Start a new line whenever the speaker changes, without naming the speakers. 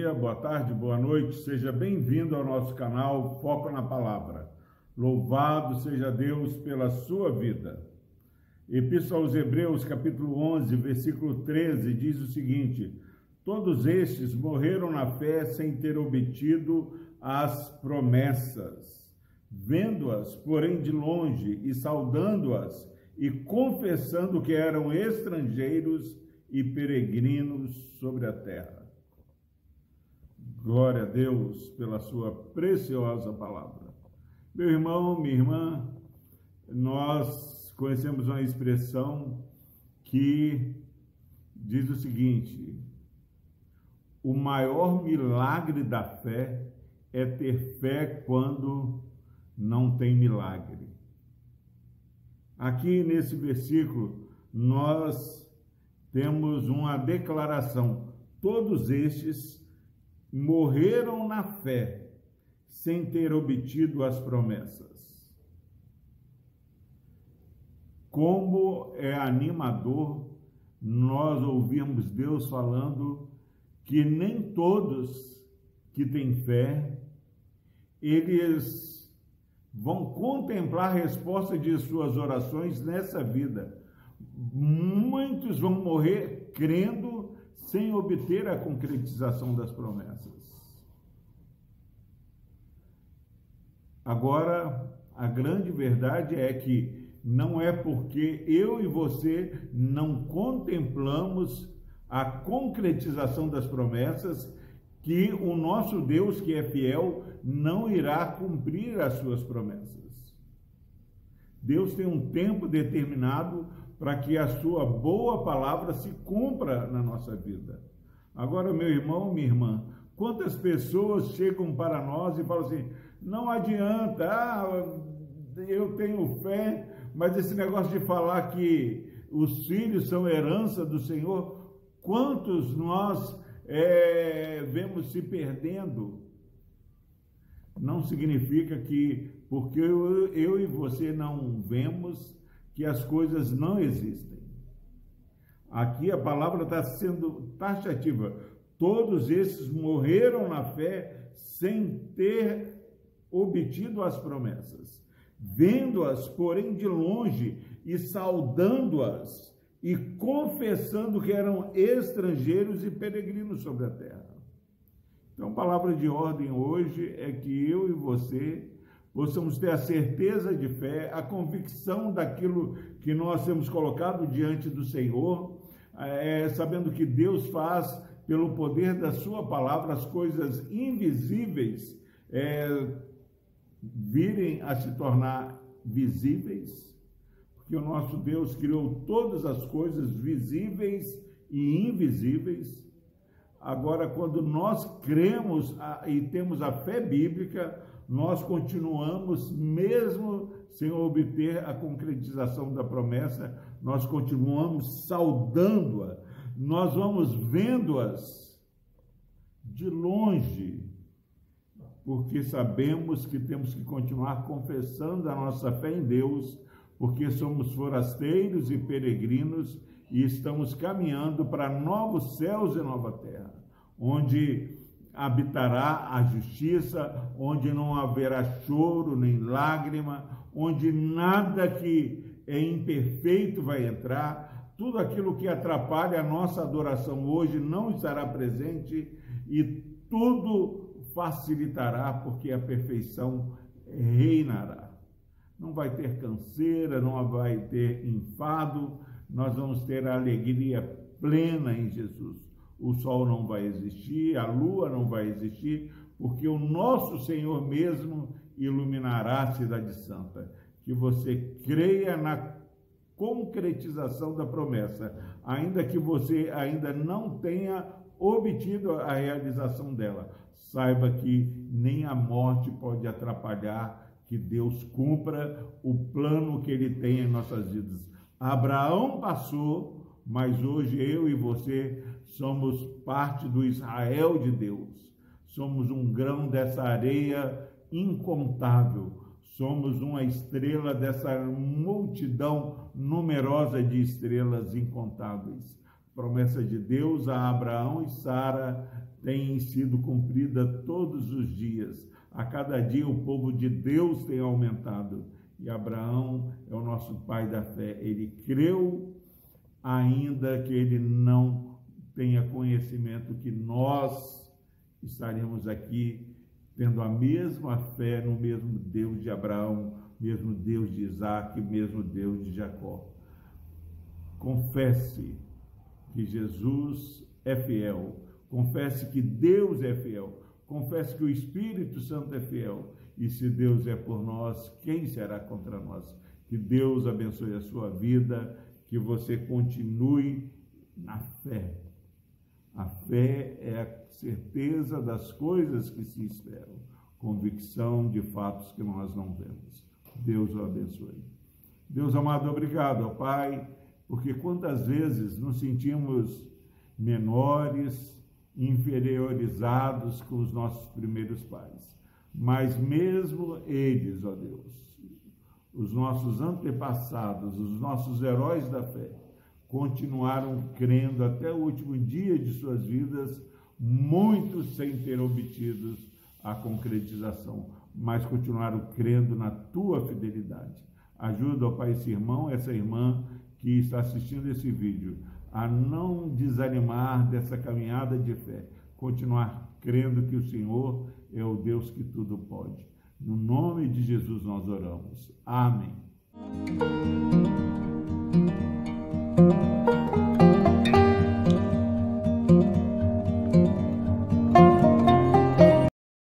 dia, boa tarde, boa noite, seja bem-vindo ao nosso canal Foco na Palavra. Louvado seja Deus pela sua vida. Epístola aos Hebreus, capítulo 11, versículo 13, diz o seguinte: todos estes morreram na fé sem ter obtido as promessas, vendo-as, porém, de longe e saudando-as e confessando que eram estrangeiros e peregrinos sobre a terra. Glória a Deus pela sua preciosa palavra. Meu irmão, minha irmã, nós conhecemos uma expressão que diz o seguinte: o maior milagre da fé é ter fé quando não tem milagre. Aqui nesse versículo nós temos uma declaração: todos estes morreram na fé, sem ter obtido as promessas. Como é animador nós ouvirmos Deus falando que nem todos que têm fé, eles vão contemplar a resposta de suas orações nessa vida. Muitos vão morrer crendo sem obter a concretização das promessas. Agora, a grande verdade é que não é porque eu e você não contemplamos a concretização das promessas que o nosso Deus, que é fiel, não irá cumprir as suas promessas. Deus tem um tempo determinado para que a sua boa palavra se cumpra na nossa vida. Agora, meu irmão, minha irmã, quantas pessoas chegam para nós e falam assim: não adianta, eu tenho fé, mas esse negócio de falar que os filhos são herança do Senhor, quantos nós vemos se perdendo? Não significa que, porque eu e você não vemos, que as coisas não existem. Aqui a palavra está sendo taxativa. Todos esses morreram na fé sem ter obtido as promessas, vendo-as, porém, de longe e saudando-as e confessando que eram estrangeiros e peregrinos sobre a terra. Então, a palavra de ordem hoje é que eu e você possamos ter a certeza de fé, a convicção daquilo que nós temos colocado diante do Senhor, sabendo que Deus faz, pelo poder da sua palavra, as coisas invisíveis virem a se tornar visíveis, porque o nosso Deus criou todas as coisas visíveis e invisíveis. Agora, quando nós cremos e temos a fé bíblica, nós continuamos, mesmo sem obter a concretização da promessa, nós continuamos saudando-a, nós vamos vendo-as de longe, porque sabemos que temos que continuar confessando a nossa fé em Deus, porque somos forasteiros e peregrinos e estamos caminhando para novos céus e nova terra, onde habitará a justiça, onde não haverá choro nem lágrima, onde nada que é imperfeito vai entrar, tudo aquilo que atrapalha a nossa adoração hoje não estará presente e tudo facilitará, porque a perfeição reinará. Não vai ter canseira, não vai ter enfado, nós vamos ter a alegria plena em Jesus. O sol não vai existir, a lua não vai existir, porque o nosso Senhor mesmo iluminará a cidade santa. Que você creia na concretização da promessa, ainda que você ainda não tenha obtido a realização dela. Saiba que nem a morte pode atrapalhar que Deus cumpra o plano que Ele tem em nossas vidas. Abraão passou, mas hoje eu e você somos parte do Israel de Deus. Somos um grão dessa areia incontável. Somos uma estrela dessa multidão numerosa de estrelas incontáveis. Promessa de Deus a Abraão e Sara tem sido cumprida todos os dias. A cada dia o povo de Deus tem aumentado. E Abraão é o nosso pai da fé. Ele creu, ainda que ele não tenha conhecimento, que nós estaremos aqui tendo a mesma fé no mesmo Deus de Abraão, mesmo Deus de Isaac, mesmo Deus de Jacó. Confesse que Jesus é fiel. Confesse que Deus é fiel. Confesse que o Espírito Santo é fiel. E se Deus é por nós, quem será contra nós? Que Deus abençoe a sua vida, que você continue na fé. A fé é a certeza das coisas que se esperam, convicção de fatos que nós não vemos. Deus o abençoe. Deus amado, obrigado, ó Pai, porque quantas vezes nos sentimos menores, inferiorizados com os nossos primeiros pais. Mas mesmo eles, ó Deus, os nossos antepassados, os nossos heróis da fé, continuaram crendo até o último dia de suas vidas, muitos sem ter obtido a concretização, mas continuaram crendo na tua fidelidade. Ajuda, ó Pai, esse irmão, essa irmã que está assistindo esse vídeo, a não desanimar dessa caminhada de fé, continuar crendo que o Senhor é o Deus que tudo pode. No nome de Jesus nós oramos. Amém.